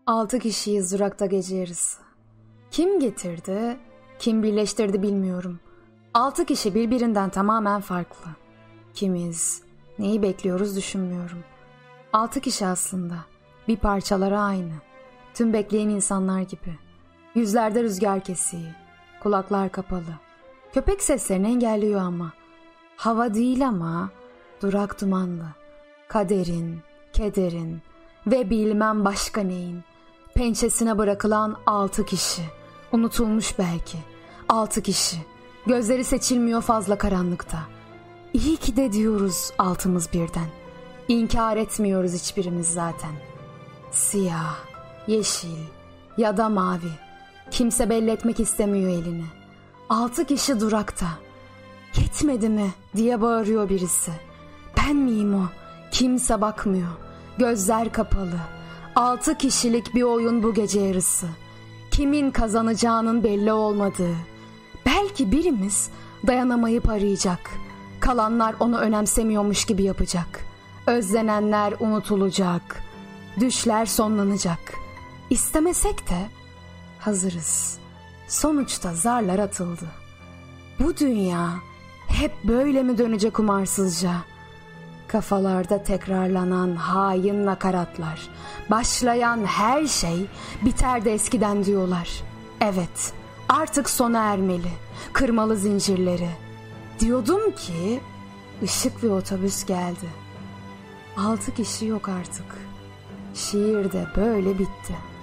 6 kişiyiz durakta gece yarısı. Kim getirdi, kim birleştirdi bilmiyorum. 6 kişi birbirinden tamamen farklı. Kimiz, neyi bekliyoruz düşünmüyorum. 6 kişi aslında, bir parçaları aynı. Tüm bekleyen insanlar gibi. Yüzlerde rüzgar kesiği, kulaklar kapalı. Köpek seslerini engelliyor ama. Hava değil ama durak dumanlı. Kaderin, kederin ve bilmem başka neyin pençesine bırakılan 6 kişi. Unutulmuş belki. 6 kişi. Gözleri seçilmiyor fazla karanlıkta. İyi ki de diyoruz altımız birden. İnkar etmiyoruz hiçbirimiz zaten. Siyah, yeşil ya da mavi. Kimse belli etmek istemiyor elini. 6 kişi durakta. Yetmedi mi diye bağırıyor birisi. Ben miyim o? Kimse bakmıyor. Gözler kapalı. 6 kişilik bir oyun bu gece yarısı. Kimin kazanacağının belli olmadığı. Belki birimiz dayanamayıp arayacak. Kalanlar onu önemsemiyormuş gibi yapacak. Özlenenler unutulacak. Düşler sonlanacak. İstemesek de hazırız. Sonuçta zarlar atıldı. Bu dünya hep böyle mi dönecek umarsızca? Kafalarda tekrarlanan hain nakaratlar. Başlayan her şey biter de eskiden diyorlar. Evet, artık sona ermeli. Kırmalı zincirleri. Diyordum ki ışık ve otobüs geldi. 6 kişi yok artık. Şiir de böyle bitti.